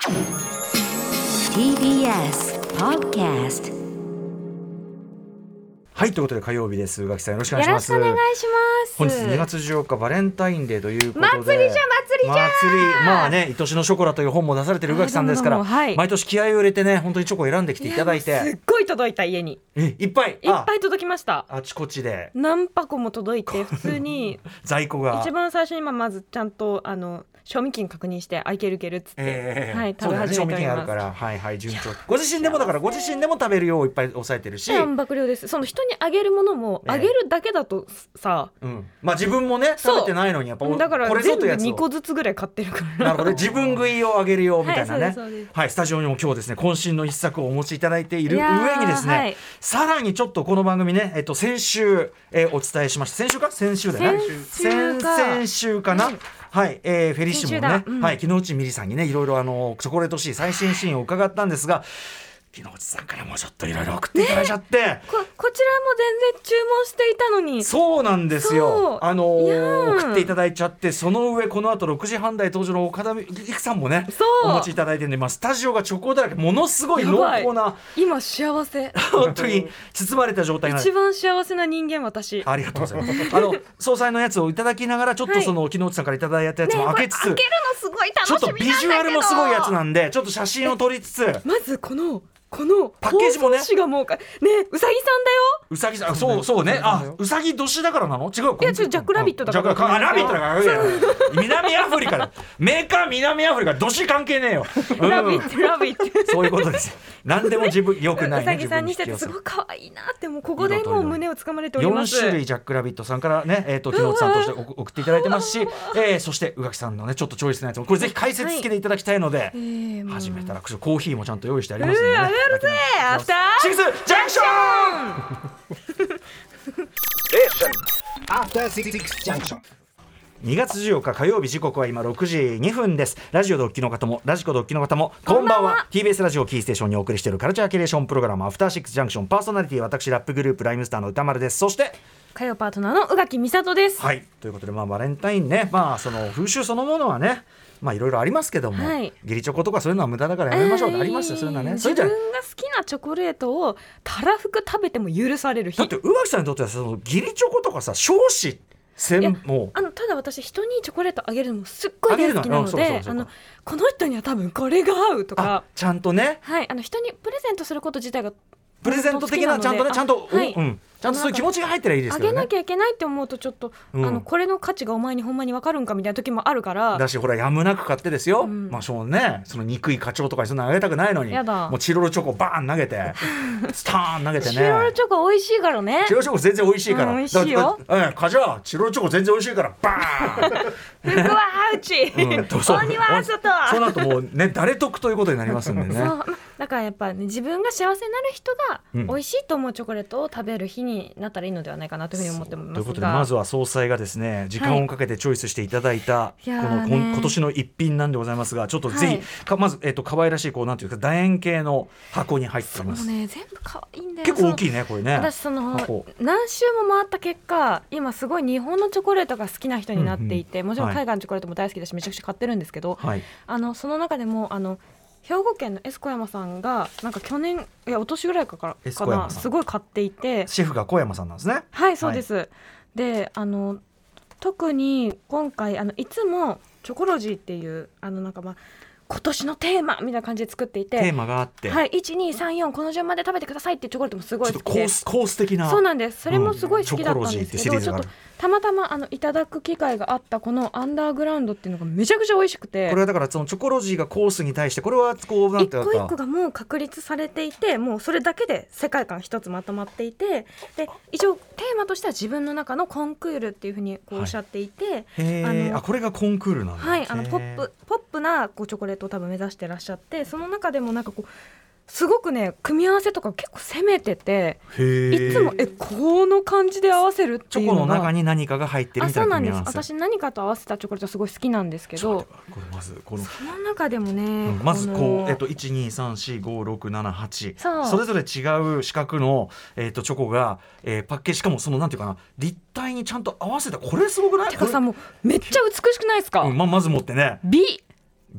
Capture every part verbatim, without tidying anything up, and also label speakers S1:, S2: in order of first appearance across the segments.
S1: ティービーエス Podcast。
S2: はい、ということで火曜日です。宇垣さんよろしくお願いします。
S3: よろしくお願いします。
S2: 本日にがつじゅうよっかバレンタインデーということで、
S3: 祭りじゃ祭りじゃ
S2: 祭り、まあね、愛しのショコラという本も出されてる宇垣さんですから、
S3: はい、
S2: 毎年気合を入れてね、本当にチョコを選んできていただいて、
S3: すっごい届いた。家に
S2: えいっぱい
S3: いっぱい届きました。
S2: あ, あちこちで
S3: 何箱も届いて、普通に
S2: 在庫が
S3: 一番最初にまずちゃんとあの賞味期限確認して、あいけるいけるっつって、
S2: えー、
S3: はい、食べ始めております。
S2: 賞味期限あるから、はいはい、順調。ご自身でもだからご自身でも食べるよういっぱい抑えてるし、
S3: 淡白量です。その人にあげるものも、あげるだけだとさ、
S2: うん、まあ自分もね食べてないのにやっぱ
S3: だから
S2: これぞというやつを
S3: 全部にこずつぐらい買ってるから。
S2: なるほど、自分食いをあげるよみたいなね、
S3: はい、そうですそうです。
S2: はい、スタジオにも今日ですね、渾身の一作をお持ちいただいている
S3: い
S2: 上にですね、
S3: はい、
S2: さらにちょっとこの番組ね、えっと、先週、えー、お伝えしました。先週か先週だよね、先々週かな、うん、はい、えー、フェリッシモのね、うん、はい、木之内美里さんにね、いろいろあのチョコレートシー最新シーンを伺ったんですが、木之内さんからもちょっといろいろ送っていただいちゃって、ね、
S3: こ, こちらも全然注文していたのに。
S2: そうなんですよ、あのー、送っていただいちゃって、その上この後ろくじはん台登場の岡田育さんもねお持ちいただいてるんで、まあ、スタジオがチョコだらけ、ものすごい濃厚な、
S3: 今幸せ
S2: 本当に包まれた状態な
S3: 一番幸せな人間私。
S2: ありがとうございますあの総裁のやつをいただきながら、ちょっとその、はい、木之内さんからいただいたやつも開けつつ、ね、
S3: 開けるのすごい楽しみなんだけど、
S2: ちょっとビジュアルもすごいやつなんで、ちょっと写真を撮りつつ、
S3: まずこのこの
S2: パッケージもね、
S3: がもうかね、うさぎさんだよ。
S2: うさぎさん、そうそうね、あ、うさぎ年だからなの？違う。
S3: いや、ちょっとジャックラビットだから。
S2: あ、ラビットだから。南アフリカだ。メーカー南アフリカ、年関係ねえよ。
S3: ラビットラビット。
S2: そういうことです。何でも自分良くないね。
S3: うさぎさんにしててすごい可愛いなって、もうここでもう胸をつかまれております。
S2: よん種類ジャックラビットさんからね、えっと木之内さんとして送っていただいてますし、えー、そして宇垣さんのねちょっとチョイスのやつもこれぜひ解説付けていただきたいので、始めたらコーヒーもちゃんと用意してありますのでね。
S3: あるぜ。アフター
S2: シックスジャンクション。アフターシックスジャンクション。にがつじゅうよっか火曜日、時刻は今ろくじにふんです。ラジオドッキの方もラジコドッキの方もこんばんは。 ティービーエス ラジオキーステーションにお送りしているカルチャーキュレーションプログラム、アフターシックスジャンクション、パーソナリティ私ラップグループライムスターの歌丸です。そして
S3: 火曜パートナーの宇垣美里です。
S2: はい、ということで、まあ、バレンタインね、まあその風習そのものはね、まあいろいろありますけども、はい、義理チョコとかそういうのは無駄だからやめましょうって、えー、ありますよ、そういうのはね。
S3: 自分が好きなチョコレートをたらふく食べても許される日。
S2: だって宇垣さんにとってはその義理チョコとかさ、少子専門、
S3: あのただ私人にチョコレートあげるのもすっごい大好きなので、あのこの人には多分これが合うとか、
S2: ちゃんとね、
S3: はい、あの人にプレゼントすること自体が
S2: プレゼント的なちゃんとね、ちゃんと、はい、うん、ちゃんとそういう気持ちが入ってりゃいいですけどね。
S3: あげなきゃいけないって思うとちょっと、うん、あのこれの価値がお前にほんまに分かるんかみたいな時もあるから。
S2: だしほらやむなく買ってですよ、うん、まあそうね、その憎い課長とかにそんなあげたくないのに、
S3: やだ、
S2: もうチロルチョコバーン投げてスターン投げてね。
S3: チロルチョコ美味しいからね。
S2: チロルチョコ全然美味しいから、
S3: うん、美味しいよ。
S2: え課長チロルチョコ全然美味しいからバーン
S3: 福は内、うん、鬼は外。
S2: その後もうね誰得ということになりますんでね。
S3: そうだからやっぱ、ね、自分が幸せになる人が美味しいと思うチョコレートを食べる日になったらいいのではないかなというふうに思ってますが、
S2: ということでまずは総裁がですね時間をかけてチョイスしていただいた、はい、この今年の一品なんでございますが、ちょっとぜひ、はい、かまず、えー、と可愛らしいこうなんていうか楕円形の箱に入っています。
S3: そうね、全部可愛いんだよ。
S2: 結構大きいねこれね。
S3: 私その何周も回った結果、今すごい日本のチョコレートが好きな人になっていて、うんうん、もちろん海外のチョコレートも大好きだし、めちゃくちゃ買ってるんですけど、はい、あのその中でもあの兵庫県のエス小山さんがなんか去年いや一昨年ぐらいかからかな、すごい買っていて、
S2: シェフが小山さんなんですね。
S3: はいそうです、はい、であの特に今回あのいつもチョコロジーっていうあのなんかまあ今年のテーマみたいな感じで作っていて、
S2: テーマがあって、
S3: はい、いちにさんよんこの順番で食べてくださいっていうチョコレートもすごい好きで、
S2: コース、コース的な。
S3: そうなんです、それもすごい好きだったんですけど、
S2: うん、
S3: ちょっとたまたまあのいただく機会があったこのアンダーグラウンドっていうのがめちゃくちゃ美味しくて、
S2: これはだからそのチョコロジーがコースに対してこれはこうなんていうか
S3: 一個一個がもう確立されていて、もうそれだけで世界観一つまとまっていて、で一応テーマとしては自分の中のコンクールっていうふうにこうおっしゃっていて、はい、
S2: へあのあこれがコンクールなんだ。
S3: はい、あのポップポップなこうチョコレートを多分目指してらっしゃって、その中でもなんかこうすごくね組み合わせとか結構攻めてて、いつもえこの感じで合わせるっていうのが
S2: チョコの中に何かが入ってるみたいな組み合わせ。
S3: あ、そうなんです。私何かと合わせたチョコレートすごい好きなんですけど、
S2: これまずこの
S3: その中でもね、うん、
S2: まずこう、えっと、いちにさんしごろくななはち そ, それぞれ違う四角の、えっと、チョコが、えー、パッケージしかもそのなんていうかな立体にちゃんと合わせた、これすごくない？
S3: てかさもうめっちゃ美しくないですか？
S2: うん、ま, まず持ってね
S3: B
S2: B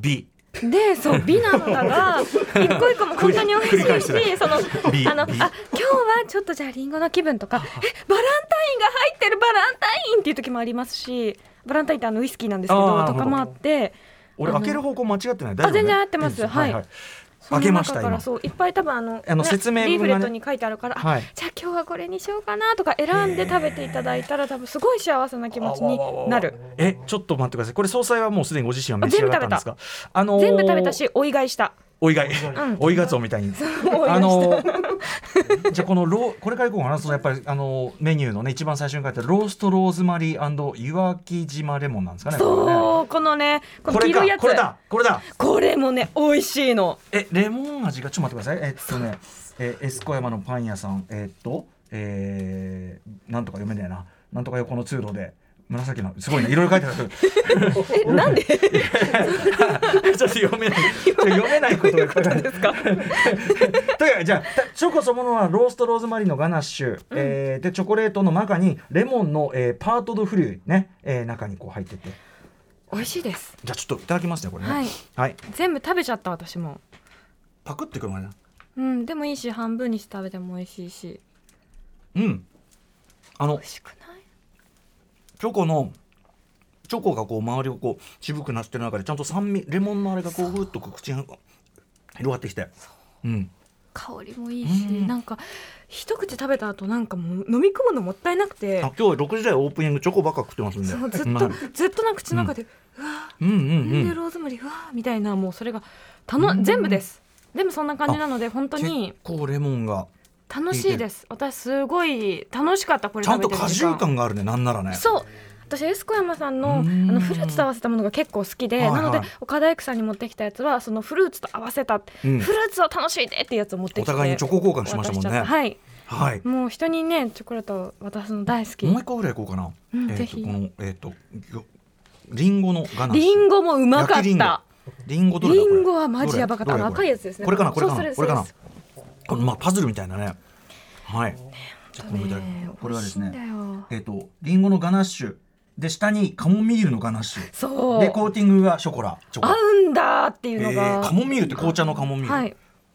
S3: でそう美なのだが一個一個も本当に美味しいしそのあのあ今日はちょっとじゃあリンゴの気分とかえバランタインが入ってるバランタインっていう時もありますしバランタインってあのウイスキーなんですけどとかもあって
S2: 俺開ける方向間違ってない大丈夫、ね、
S3: あ全然合ってます、はい、はい、
S2: 開けました
S3: からそういっぱい多分あの、
S2: あの説明文がね、
S3: リーフレットに書いてあるから、はい、じゃあ今日はこれにしようかなとか選んで食べていただいたら多分すごい幸せな気持ちになる。
S2: えちょっと待ってくださいこれ総裁はもうすでにご自身は召し上がったんですか？あのー、
S3: 全部食べたし追い買いした
S2: おいがい、うん、おいがつおみたいにあのじゃあこのロこれからいこうかなそのやっぱりあのメニューのね一番最初に書いてあるローストローズマリー&岩木島レモンなんですかね。
S3: そうこのねこの黄色いやつ
S2: これだこれだ
S3: これもね美味しいの。
S2: えレモン味がちょっと待ってくださいえっとねえエスコ山のパン屋さんえっとえー、なんとか読めねえななんとか横の通路で紫のすごいねいろいろ書いてある
S3: えなんでちょっ
S2: と読めない読めないことが書いてあるんですかというかじゃあチョコそのものはローストローズマリーのガナッシュ、うんえー、でチョコレートの中にレモンの、えー、パートドフリューね、えー、中にこう入ってて
S3: 美味しいです。
S2: じゃあちょっといただきますねこれね、
S3: はい
S2: はい、
S3: 全部食べちゃった私も
S2: パクってくる前な
S3: うんでもいいし半分にして食べても美味しいし
S2: うんあの
S3: 美味しくない
S2: チョコのチョコがこう周りをこう渋くなってる中でちゃんと酸味レモンのあれがこうぐっと口に広がってきて、うん、
S3: 香りもいいし、うん、なんか一口食べた後なんかもう飲み込むのもったいなくて
S2: あ今日ろくじ台オープニングチョコばっか食ってますんで
S3: そうずっと、まあ、ずっとなんか口の中で、うん、うわー、うんうんうん、でローズマリーうわーみたいなもうそれがたの、うん、全部です全部そんな感じなので本当に
S2: 結構レモンが
S3: 楽しいです。私すごい楽しかったこれ食べてる時間。
S2: ちゃんと果汁感があるねなんならね。
S3: そう私エスコ山さん の, あのフルーツと合わせたものが結構好きで、はいはい、なので岡田育さんに持ってきたやつはそのフルーツと合わせた、うん、フルーツを楽しいでっていうやつを持ってきて
S2: お互いにチョコ交換しましたもんね。
S3: はい、
S2: はい、
S3: もう人にねチョコレート渡すの大好き。
S2: もう一個ぐらいいこうかな、
S3: うん、
S2: えー、
S3: ぜひ
S2: この、えー、とリンゴのガナッシュ
S3: リンゴもうまかった。
S2: リンゴどれだ
S3: リンゴはマジやばかった赤いやつですね。
S2: これかなこれかなこれかなこのまあパズルみたいなねはい、ね、じゃあこれこれはですねえっ、ー、とリンゴのガナッシュで下にカモミールのガナッシュ
S3: そう
S2: でコーティングがショコラチョコ
S3: 合うんだっていうのが、
S2: えー、カモミールって紅茶のカモミール、はい、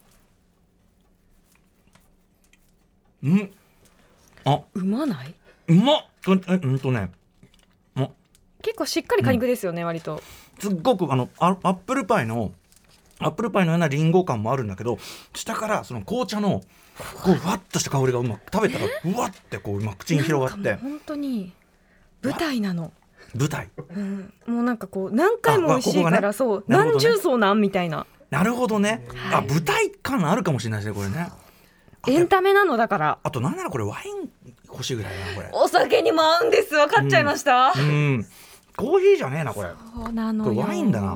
S2: うんあ
S3: うまないう
S2: まっうんとね
S3: 結構しっかり果肉ですよね、うん、割と
S2: すっごくあのアップルパイのアップルパイのようなリンゴ感もあるんだけど下からその紅茶のこうふわっとした香りがうまく食べたらうわってこううまく口に広がって
S3: 本当に舞台なの
S2: 舞台、
S3: うん、もうなんかこう何回も美味しいから、ね、そう、何重奏なんみたいな
S2: なるほどね、はい、あ舞台感あるかもしれないですねこれね
S3: エンタメなのだから
S2: あとなんならこれワイン欲しいぐらいなこれ
S3: お酒にも合うんです分かっちゃいました、
S2: うんうんコーヒーじゃねえなこれ
S3: そうなのよ
S2: これワインだな、うん、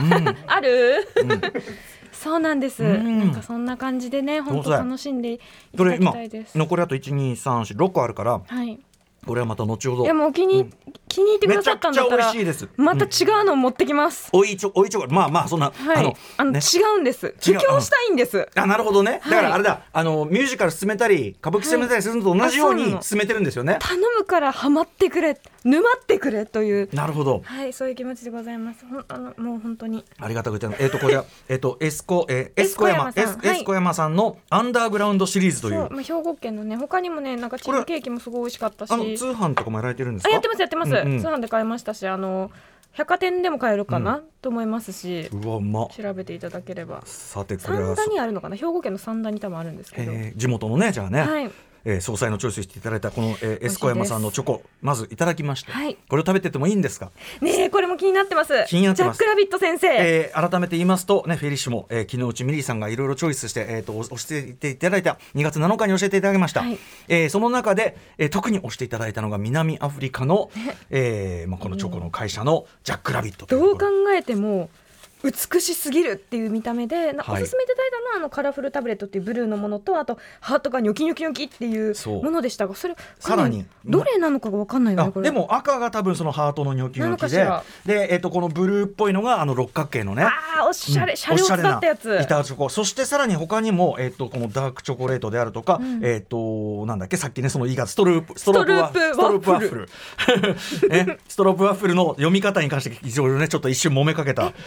S3: ある、うん、そうなんです、うん、なんかそんな感じでね本当楽しんでいただきたいです。
S2: 残りあといちにさんしろこあるから、
S3: はい、
S2: これはまた後ほど
S3: いやもう気に、うん、気に入ってくださったんだったら
S2: めちゃくちゃ美味しいです、
S3: また違うのを持ってきます、
S2: うん、おいちょおいちょまあまあそんな、
S3: はい、あのあの、ね、違うんです布教したいんです。
S2: あなるほどね、だからあれだ、はい、あのミュージカル進めたり歌舞伎進めたりするのと同じように進めてるんですよね、はい、
S3: 頼むからハマってくれ沼ってくれという
S2: なるほど、
S3: はい、そういう気持ちでございます。ほんあのもう本当に
S2: ありがたくてえっ、ー、とこれはえっ、ー、とエスコ、えー、エスコ山エス、はい、エスコ山さんのアンダーグラウンドシリーズという、
S3: そう、まあ、兵庫県のね他にもねなんかチーズケーキもすごい美味しかったし
S2: あの通販とかもやられてるんですか？
S3: あやってますやってます、うんうん、通販で買いましたしあの百貨店でも買えるかな、うん、と思いますし
S2: うわ、ま、
S3: 調べていただければ
S2: さてこれは
S3: 三田にあるのかな兵庫県の三田に多分あるんですけど、
S2: えー、地元のねじゃあね、
S3: はい
S2: えー、総裁のチョイスしていただいたこの、えー、エスコ山さんのチョコまずいただきまして、
S3: はい、
S2: これを食べててもいいんですか
S3: ねえこれも気になってます
S2: 気になってます
S3: ジャックラビット先生、
S2: えー、改めて言いますと、ね、フェリッシュも、えー、昨日うちミリーさんがいろいろチョイスして、えー、と押していただいたにがつなのかに教えていただきました、はいえー、その中で、えー、特に押していただいたのが南アフリカの、えーまあ、このチョコの会社のジャックラビットという
S3: どう考えても美しすぎるっていう見た目で、はい、おすすめいただいたのはあのカラフルタブレットっていうブルーのものとあとハートがニョキニョキニョキっていうものでしたがそれ
S2: さらに
S3: どれなのかが分かんないよねこれ。
S2: でも赤が多分そのハートのニョキニョキでで、えー、とこのブルーっぽいのがあの六角形のね
S3: あおしゃれ、うん、シャレを使ったやつ
S2: 板チョコそしてさらに他にも、えー、とこのダークチョコレートであるとか、うんえー、となんだっけさっきねその言い方ストループストロープワッフルストロープワッフルの読み方に関して非常にねちょっと一瞬揉めかけた、う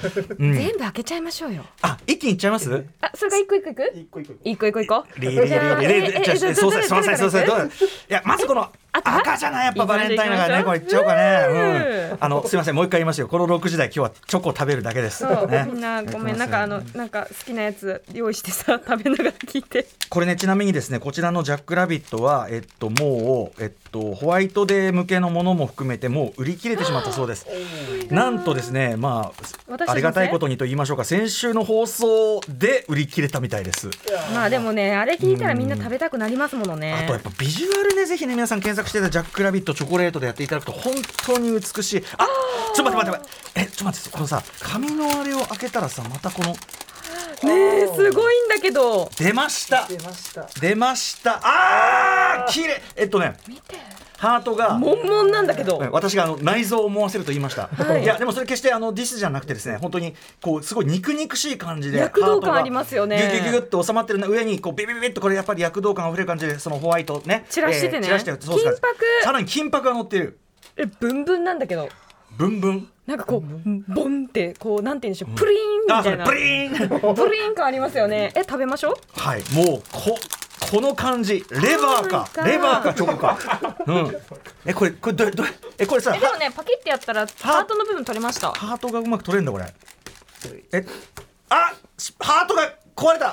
S2: うん、
S3: 全部開けちゃいましょうよ。
S2: あ、一気にいっちゃいます？
S3: あ、それが一個一個いく？
S4: 一個一個
S3: 一個一個いこう。
S2: リリリリリリリリそうそうそうそうそう。いや、まずこの赤じゃない、やっぱバレンタインだからね、これいっちゃおうかね。うん。あのすいません、もう一回言いますよ。このろくじ台今日はチョコ食べるだけです。
S3: みんなごめん、なんかあのなんか好きなやつ用意してさ、食べながら聞いて。
S2: これね、ちなみにですね、こちらのジャックラビットはえっともうえっとホワイトデー向けのものも含めてもう売り切れてしまったそうです。なんとですね、まあありがたいことにと言いましょうか、先週の放送で売り切れたみたいです。
S3: まあでもね、あれ聞いたらみんな食べたくなりますものね。
S2: あとやっぱビジュアルね、ぜひね皆さん検索してたジャックラビットチョコレートでやっていただくと本当に美しい。あ、ちょっと待って待って待って、え、ちょっと待って、このさ紙のあれを開けたらさ、またこの
S3: ねえ、すごいんだけど。
S2: 出ました
S4: 出ました
S2: 出ましたあー、綺麗。えっとね、
S3: 見て、
S2: ハートが
S3: もんもんなんだけど、
S2: 私があの内臓を思わせると言いました、はい、いやでもそれ決してあのディスじゃなくてですね、本当にこうすごい肉肉しい感じで
S3: 躍動感ありますよね。
S2: ギュギュギュギュッと収まってる上にこうビビビビッと、これやっぱり躍動感あふれる感じで、そのホワイトね
S3: 散らしててね、
S2: えー、散らしてる、そう
S3: 金箔、
S2: さらに金箔が乗っている。
S3: え、ブンブンなんだけど、
S2: ブンブン
S3: なんかこうボンってこうなんて言うんでしょう、プリーンみたいな、
S2: プリーン
S3: プリーン感ありますよね。え、食べましょう。
S2: はい、もうここの感じ、レバーかレバーかチョコか、うん、えこれこれどどえこれさ、
S3: え、でもね、パキってやったらハートの部分取れました。
S2: ハートがうまく取れるんだこれ。え、あ、ハートが壊れた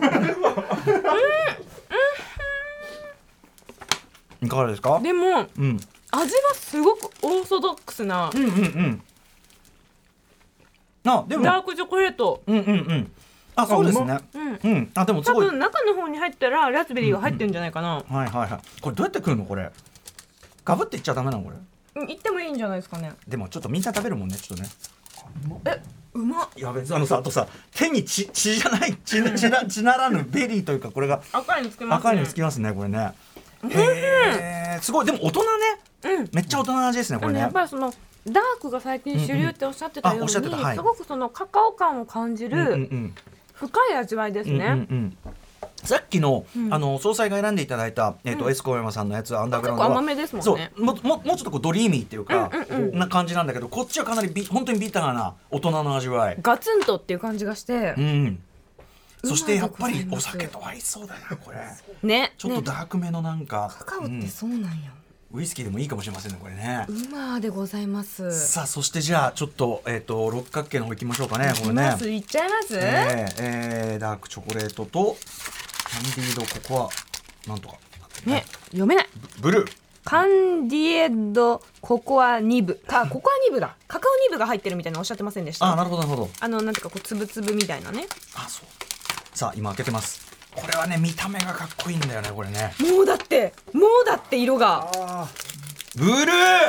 S2: いかがですか？
S3: でも、
S2: うん、
S3: 味はすごくオーソドックスな、
S2: うんうんうん、あ、でも
S3: ダークチョコレート、
S2: うんうんうん、あ、そうですね、うんうん、あ、でもす
S3: 多
S2: ごい、
S3: 分中の方に入ったらラズベリーが入ってるんじゃないかな。
S2: うんうん、はいはいはい。これどうやって食うのこれ？ガブっていっちゃダメなのこれ？
S3: うん、いってもいいんじゃないですかね。
S2: でもちょっとみんな食べるもんね、ちょっとね。
S3: え、うまっ。
S2: やべえ、あのさ、あとさ、手に血血じゃない血血な血ならぬベリーというか、これが
S3: 赤いのつけますね。
S2: 赤いのつきますね、これね。えー、すごい。でも大人ね、うん、めっちゃ大人の味ですね、これね。
S3: やっぱりそのダークが最近主流っておっしゃってたように、うんうん、はい、すごくそのカカオ感を感じる深い味わいですね。うんうんうん、
S2: さっきの、うん、あの総裁が選んでいただいた、えーとうん、エスコヤマさんのやつアンダーグラウンドは
S3: 甘めですもんね。
S2: そう、も, も, もうちょっとこうドリーミーっていうか、うんうんうん、な感じなんだけど、こっちはかなりビ本当にビターな大人の味わい、
S3: ガツンとっていう感じがして、うん、
S2: そしてやっぱりお酒と合いそうだなこれ
S3: ね。
S2: ちょっとダークめのなんか、
S3: ね、カカオってそうなんや、
S2: うん、ウイスキーでもいいかもしれませんねこれね。
S3: うまでございます。
S2: さあ、そしてじゃあちょっと、えー、と六角形の方行きましょうかね。これね、
S3: いっちゃいます、
S2: えーえー、ダークチョコレートとキャンディードココアなんとか
S3: ね、読めない。
S2: ブルー
S3: カンディエドココアニブか、ココアニブだ、カカオニブが入ってるみたいなおっしゃってませんでした？
S2: あ、なるほどなるほど。
S3: あのなんていうかこうつぶつぶみたいなね。
S2: あ、そう。さあ今開けてます。これはね、見た目がかっこいいんだよねこれね。
S3: もうだってもうだって色が
S2: ブルー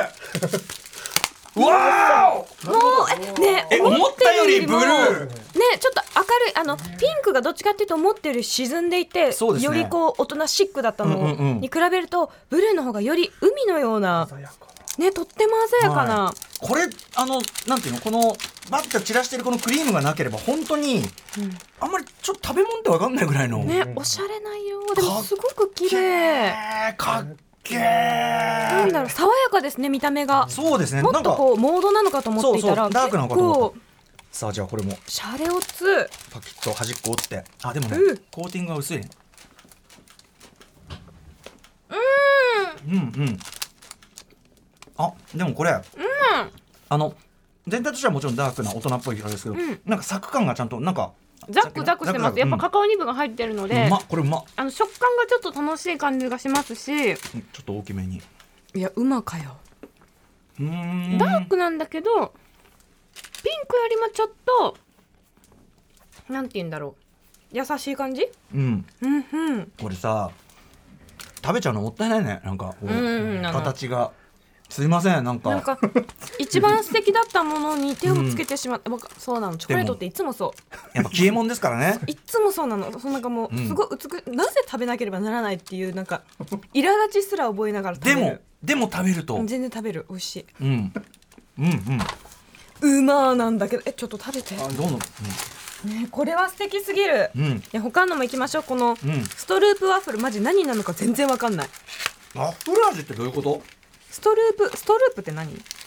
S2: わ
S3: ー、もうね、
S2: え思ったよりブルーね、
S3: ちょっと明るい、あのピンクがどっちかっていうと思ってるより沈んでいて、
S2: そうですね、
S3: よりこう大人シックだったのに比べると、うんうんうん、ブルーの方がより海のようなね、とっても鮮やかな、はい、これ
S2: あのなんていうの、このバッと散らしてるこのクリームがなければ本当に、うん、あんまりちょっと食べ物って分かんないぐらいの
S3: ね、おしゃれな色でもすごく綺麗、
S2: かっけー、な
S3: んだろう、爽やかですね見た目が。
S2: そうですね、
S3: もっとこうモードなのかと思っていたら、
S2: そうそうダークなのかと思った。さあじゃあこれも
S3: シャレオツ
S2: パキッと端っこ折って、あでもね、うん、コーティングが薄いね。うんうんうんあでもこれ、うん、あの全体としてはもちろんダークな大人っぽい色ですけど、うん、なんかサク感がちゃんとなんか
S3: ザックザクしてます。やっぱカカオニブが入ってるので、
S2: うん、うまこれうま
S3: あの食感がちょっと楽しい感じがしますし、
S2: ちょっと大きめに、
S3: いやうまかよ。
S2: うーん
S3: ダークなんだけどピンクよりもちょっとなんて言うんだろう、優しい感じ。
S2: うん
S3: うんうん。
S2: これさ食べちゃうのもったいないね。なんかこう、うん、形がすいませんなんか
S3: なんか一番素敵だったものに手をつけてしまって、うん、そうなの。チョコレートっていつもそう
S2: やっぱ消えもんですからね
S3: いつもそうなの。そのなんかもう、うん、すごい美しなぜ食べなければならないっていうなんか苛立ちすら覚えながら食べる。
S2: でもでも食べると
S3: 全然食べる、美味しい、
S2: うん、うんうん
S3: うまーなんだけど、えちょっと食べて。
S2: あどうぞ、
S3: うんね、これは素敵すぎる、うん、で他のもいきましょう。このストループワッフルマジ何なのか全然わかんない。
S2: ワッフル味ってどういうこと？
S3: ストループストループって何？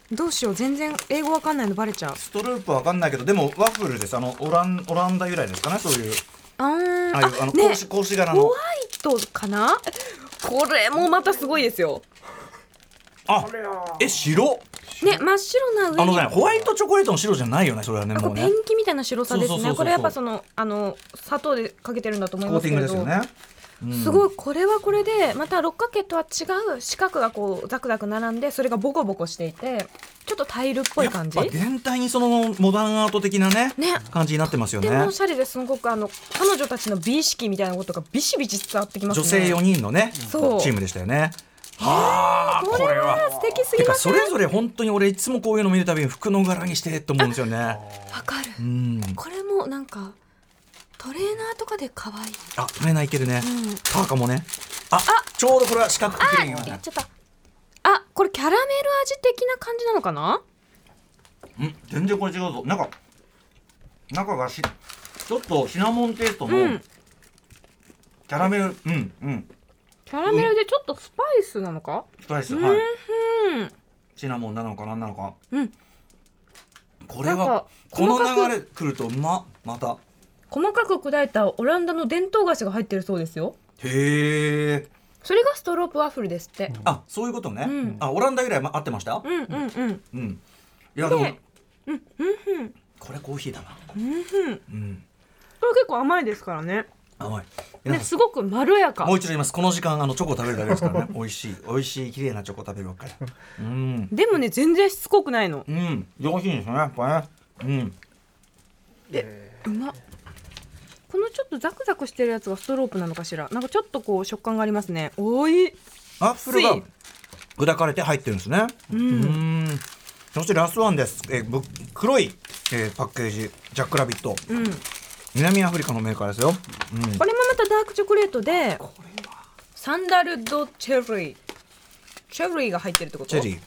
S3: どうしよう、全然英語わかんないのバレちゃう。
S2: ストループわかんないけど、でもワッフルです。あのオランオランダ由来ですかね、そういう
S3: あー
S2: ああいうあの
S3: ね
S2: 格子格子柄の
S3: ホワイトかな。これもまたすごいですよ。
S2: あえ白
S3: ね、真っ白な上に
S2: あのねホワイトチョコレートの白じゃないよね、それはね。
S3: あこれ
S2: もうね
S3: ペンキみたいな白さですね。
S2: そうそうそうそう
S3: これやっぱそのあの砂糖でかけてるんだと思い
S2: コーテ
S3: ますけれど、
S2: ィングですよね。うん
S3: すごい。これはこれでまた六角形とは違う四角がこうザクザク並んで、それがボコボコしていてちょっとタイルっぽい感じ。
S2: やっぱ全体にそのモダンアート的なね
S3: ね
S2: 感じになってますよね。
S3: でもおしゃれですごくあの彼女たちの美意識みたいなことがビシビシ伝わってきますね。
S2: 女性よにんのね
S3: そう
S2: チームでしたよね。はあ、
S3: これは素敵すぎ
S2: てか
S3: ません？
S2: それぞれ本当に俺いつもこういうの見るたびに服の柄にしてって思うんですよね。
S3: わかる、
S2: うん
S3: これもなんかトレーナーとかで可愛い。
S2: あトレーナーいけるね、
S3: うん
S2: パーカーもね。あちょうどこれは四角く切れるよね。
S3: やっちゃった。あ、これキャラメル味的な感じなのかな。
S2: うん全然これ違うぞ。なんか中がしちょっとシナモンテイストの
S3: うん
S2: キャラメルうんうん
S3: キャラメルでちょっとスパイスなのか。
S2: スパイス、
S3: うん、
S2: はい
S3: うん
S2: シナモンなのかなんなのか。
S3: うん
S2: これは
S3: なんか
S2: この
S3: 細かく
S2: 流れ来るとままた
S3: 細かく砕いたオランダの伝統菓子が入ってるそうですよ。
S2: へえ。
S3: それがストロープワッフルですって。
S2: あそういうことね、
S3: うん
S2: あオランダ由来、ま、合ってました。
S3: うんうんうん
S2: うんいやでも
S3: でうんうんうん
S2: これコーヒーだな。
S3: うんうん。
S2: うん
S3: これ結構甘いですからね。
S2: 甘い。い
S3: ね、
S2: や
S3: すごくまろやか
S2: もう。一度言います。この時間あのチョコ食べるだけですからね。美味しい美味しい綺麗なチョコ食べるばっかり。うん
S3: でもね全然しつこくないの。
S2: うん上品ですねやっぱね。うん
S3: うまっ。このちょっとザクザクしてるやつがストロープなのかしら。なんかちょっとこう食感がありますね。おい
S2: ワッフルが砕かれて入ってるんですね。
S3: うん
S2: うんそしてラストワンです。えぶ黒い、えーパッケージジャックラビット
S3: うん。
S2: 南アフリカのメーカーですよ。うん
S3: これもまたダークチョコレートでサンダルドチェリーチェリーが入ってるってこと。
S2: チェリー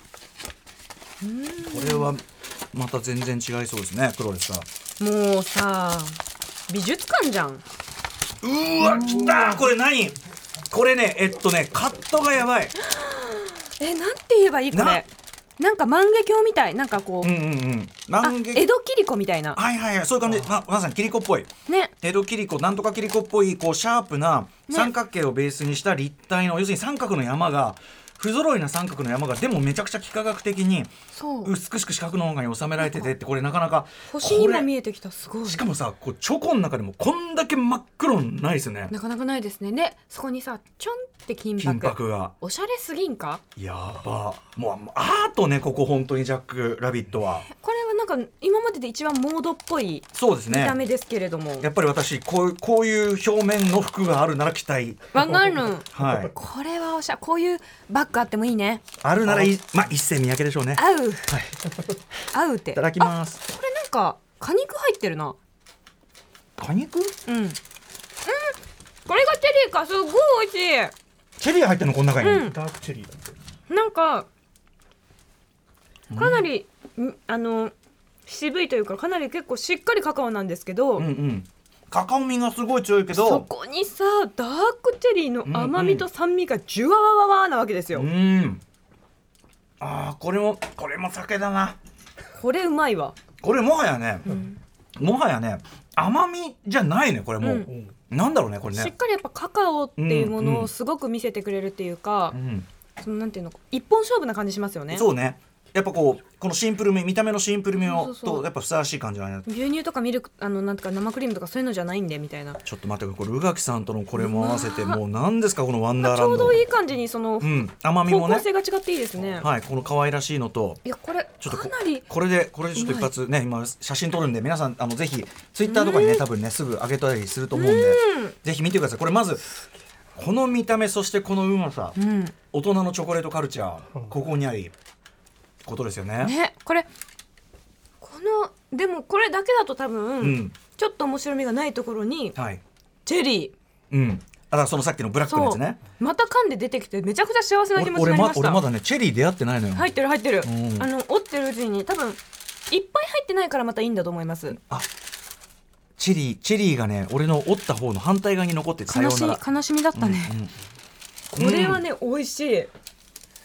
S2: これはまた全然違いそうですね。黒ですから
S3: もうさ美術館じゃん。
S2: うーわきたーこれ何これねえっとねカットがやばい。
S3: えなんて言えばいいこれ。なんか万華鏡みたい。なんかこう、
S2: うんうんうん
S3: あ
S2: 万華
S3: 江戸切子みたいな
S2: はいはいはいそういう感じ、ま、まさにキリコっぽい
S3: ね。
S2: 江戸キリコなんとかキリコっぽいこうシャープな三角形をベースにした立体の、要するに三角の山が不揃いな三角の山がでもめちゃくちゃ幾何学的に
S3: そう
S2: 美しく四角の中に収められててってこれなかなか
S3: 星に
S2: これ
S3: も見えてきた。すごい。
S2: しかもさこうチョコの中でもこんだけ真っ黒ないですよね。
S3: なかなかないですね。でそこにさちょんって金箔
S2: 金箔が
S3: おしゃれすぎんか。
S2: やばもうアートねここ本当にジャックラビットは。
S3: これはなんか今までで一番モードっぽい見
S2: そうですね
S3: た目ですけれども、
S2: やっぱり私こうこういう表面の服があるなら着たい。
S3: わかる。
S2: はい
S3: これはおしゃこういうバッグあってもいいね。
S2: あるならいまあ一世三宅でしょうね。
S3: 合う
S2: はい
S3: 合うって。
S2: いただきます。
S3: これなんか果肉入ってるな。
S2: 果肉
S3: うんうんこれがチェリーか。すごい美味しい。
S2: チェリー入ってるのこの中に、
S3: うん
S4: ダークチェリーだって
S3: なんかかなり、んあの渋いというかかなり結構しっかりカカオなんですけど、
S2: うんうんカカオ味がすごい強いけ
S3: そ
S2: ど
S3: こにさダークチェリーの甘みと酸味がジュワワワワなわけですよ、
S2: うんあーこれもこれも酒だな。
S3: これうまいわ。
S2: これもはやね、
S3: ん
S2: もはやね甘みじゃないねこれもう、
S3: うん
S2: なんだろうねこれね。
S3: しっかりやっぱカカオっていうも
S2: うんうん
S3: のをすごく見せてくれるっていうか、
S2: うん
S3: そのなんていうの一本勝負な感じしますよね。
S2: そうねやっぱこうこのシンプル味見た目のシンプル味を
S3: そうそうそう
S2: とやっぱふさわしい感じがね。
S3: 牛乳とかミルクあのなんとか生クリームとかそういうのじゃないんでみたいな。
S2: ちょっと待ってこれ宇垣さんとのこれも合わせてもう何ですかこのワンダー
S3: ち
S2: ランド。
S3: ょうどいい感じにその
S2: うん甘み
S3: 方
S2: もね
S3: 向性が違っていいですね。
S2: はいこの可愛らしいのと
S3: いやこれ
S2: ちょっとこ
S3: かなり
S2: これでこれでちょっと一発ね今写真撮るんで皆さんあのぜひツイッターとかにね多分ねすぐ上げたりすると思うんで
S3: うん
S2: ぜひ見てください。これまずこの見た目そしてこのうまさ
S3: うん
S2: 大人のチョコレートカルチャーここにありことですよね。
S3: ねこれこのでもこれだけだと多分、
S2: うん
S3: ちょっと面白みがないところに
S2: はい
S3: チェリー
S2: うんあだからそのさっきのブラックのやつね。
S3: また噛んで出てきてめちゃくちゃ幸せな気持ちに
S2: 俺ま
S3: なりました。
S2: 俺まだねチェリー出会ってないのよ。
S3: 入ってる入ってる、
S2: うん
S3: あの折ってるうちに多分いっぱい入ってないからまたいいんだと思います。
S2: あチェリーチェリーがね俺の折った方の反対側に残っててさよ
S3: 悲し
S2: うなら。
S3: い悲しみだったね、
S2: うんうん
S3: これはね、美味しい。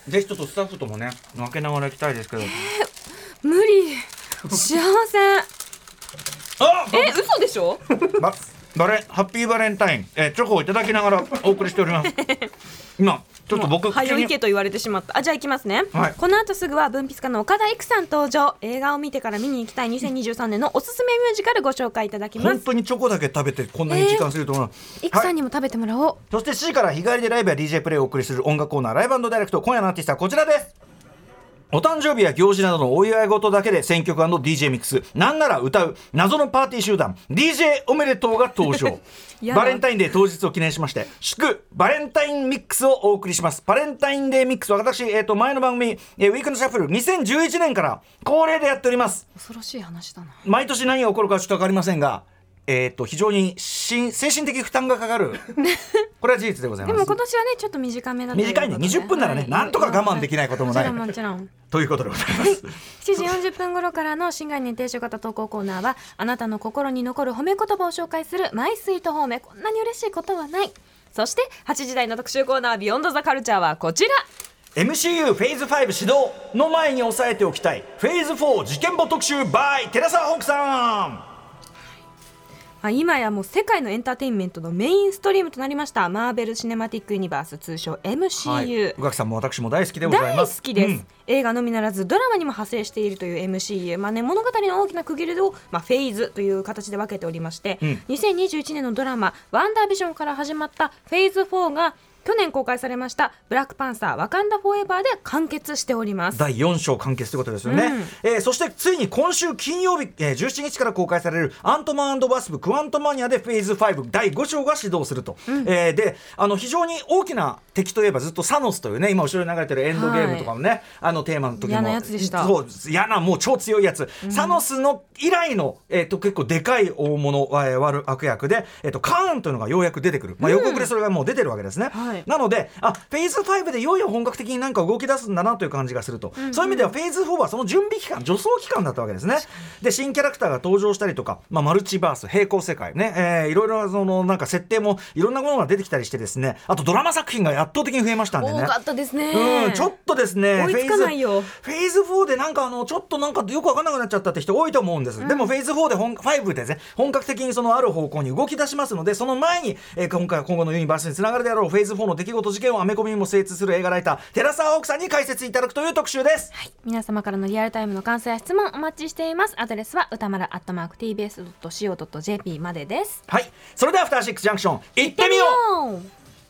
S2: ぜひちょっとスタッフともね分けながら行きたいですけど、えー、
S3: 無理幸せ
S2: あ
S3: え嘘でしょ
S2: ババレハッピーバレンタイン、えー、チョコをいただきながらお送りしております今ちょっと僕
S3: はよ行けと言われてしまった。あ、じゃあ行きますね、はい、この後すぐは文筆家の岡田育さん登場。映画を見てから見に行きたいにせんにじゅうさんねんのおすすめミュージカルご紹介いただきます。
S2: 本当にチョコだけ食べてこんなに時間すると思う、
S3: えー、育さんにも食べてもらおう、はい、
S2: そしてしちじから日帰りでライブや ディージェー プレイをお送りする音楽コーナーライブダイレクト。今夜のアーティストはこちらです。お誕生日や行事などのお祝い事だけで選曲&ディージェー ミックス、なんなら歌う謎のパーティー集団 ディージェー おめでとうが登場バレンタインデー当日を記念しまして祝バレンタインミックスをお送りします。バレンタインデーミックスは私、えー、と前の番組、えー、ウィークのシャッフルにせんじゅういちねんから恒例でやっております。
S3: 恐ろしい話だな。
S2: 毎年何が起こるかちょっと分かりませんが、えー、と非常に精神的負担がかかるこれは事実でございます。
S3: でも今年はねちょっと短めだという
S2: 短いねにじゅっぷんならね、はい、なんとか我慢できないこともない、
S3: もちろんもちろん
S2: ということでございますし
S3: ちじよんじゅっぷん頃からの新概念提唱型投稿コーナーは、あなたの心に残る褒め言葉を紹介するマイスイート褒め。こんなに嬉しいことはない。そしてはちじ台の特集コーナービヨンドザカルチャーはこちら。
S2: エムシーユー フェーズファイブ始動の前に押さえておきたいフェーズフォー事件簿特集 by 寺澤ホークさん。
S3: まあ、今やもう世界のエンターテインメントのメインストリームとなりましたマーベル・シネマティック・ユニバース、通称 エムシーユー、はい、
S2: 宇垣さんも私も大好きでございます。
S3: 大好きです、
S2: うん、
S3: 映画のみならずドラマにも派生しているという エムシーユー、まあね、物語の大きな区切りを、まあ、フェーズという形で分けておりまして、うん、にせんにじゅういちねんのドラマワンダービジョンから始まったフェーズフォーが去年公開されましたブラックパンサーワカンダフォーエバーで完結しております。
S2: だいよん章完結ということですよね、うんえー、そしてついに今週金曜日、えー、じゅうしちにちから公開されるアントマン&ワスプクワントマニアでフェーズファイブだいご章が始動すると、うんえー、であの非常に大きな敵といえばずっとサノスというね、今後ろに流れてるエンドゲームとかのね、はい、あのテーマの時も
S3: 嫌なやつでした。
S2: そう嫌なもう超強いやつ、うん、サノスの以来の、えー、と結構でかい大物、えー、悪悪役で、えー、とカーンというのがようやく出てくる、まあ、予告でそれがもう出てるわけですね、うんはい、なのであフェーズファイブでいよいよ本格的になんか動き出すんだなという感じがすると、うんうん、そういう意味ではフェーズフォーはその準備期間助走期間だったわけですね。で新キャラクターが登場したりとか、まあ、マルチバース平行世界ね、えー、いろいろそのなんか設定もいろんなものが出てきたりしてですね、あとドラマ作品が圧倒的に増えましたんでね。
S3: 多かったですね、
S2: うん、ちょっとですね
S3: 追いつかないよ。
S2: フェーズフォーでなんかあのちょっとなんかよく分かんなくなっちゃったって人多いと思うんです、うん、でもフェーズフォーで本ファイブで、ね、本格的にそのある方向に動き出しますので、その前に、えー、今回今後のユニバースにつながるであろうフェーズフォーの出来事事件をアメコミにも精通する映画ライター寺澤ホークさんに解説いただくという特集です、
S3: はい、皆様からのリアルタイムの感想や質問お待ちしています。アドレスは歌丸アットマーク ティービーエスドットシーオードットジェーピー までです。
S2: はい、それではアフターシックスジャンクション行ってみよう。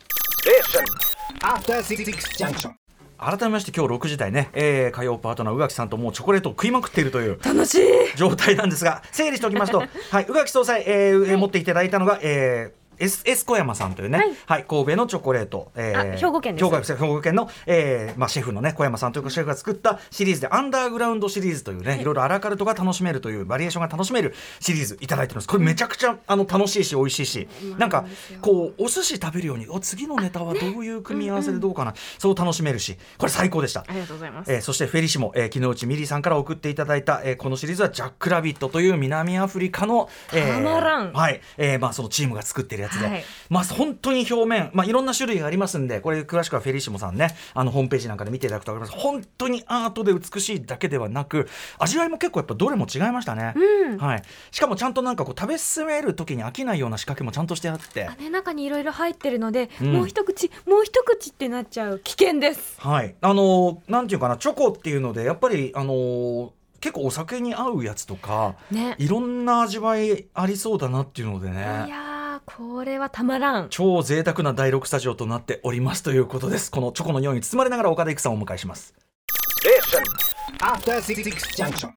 S2: アフターシックスジャンクション、改めまして今日ろくじ台ね、えー、火曜パートナー宇垣さんともうチョコレートを食いまくっているという
S3: 楽しい
S2: 状態なんですが、整理しておきますと、はい、宇垣総裁、えーはい、持っていただいたのが、えーエス, エス小山さんというね、はいはい、神戸のチョコレート、
S3: えー、兵庫県です。
S2: 兵庫、兵庫県の、えーまあ、シェフのね小山さんというシェフが作ったシリーズでアンダーグラウンドシリーズというね、はい、いろいろアラカルトが楽しめるというバリエーションが楽しめるシリーズいただいてるんです。これめちゃくちゃあの楽しいし美味しいし、うん、なんかこうお寿司食べるようにお次のネタはどういう組み合わせでどうかな、ねうんうん、そう楽しめるし、これ最高でした。
S3: ありがとうございます、
S2: えー、そしてフェリシモ、えー、木之内ミリさんから送っていただいた、えー、このシリーズはジャックラビットという南アフリカの、
S3: えー、たまらん、
S2: はいえーまあ、そのチームが作ってるやつで、
S3: はい
S2: まあ本当に表面、まあ、いろんな種類がありますんで、これ詳しくはフェリシモさんねあのホームページなんかで見ていただくと分かります。本当にアートで美しいだけではなく味わいも結構やっぱどれも違いましたね、
S3: うん
S2: はい、しかもちゃんとなんかこう食べ進める時に飽きないような仕掛けもちゃんとしてあって、
S3: あ、ね、中にいろいろ入ってるので、うん、もう一口もう一口ってなっちゃう危険です。
S2: はい、あのなんていうかな、チョコっていうのでやっぱりあの結構お酒に合うやつとか、ね、いろんな味わいありそうだなっていうのでね、
S3: いやこれはたまらん、
S2: 超贅沢なだいろくスタジオとなっておりますということです。このチョコの匂いに包まれながら岡田育さんをお迎えします。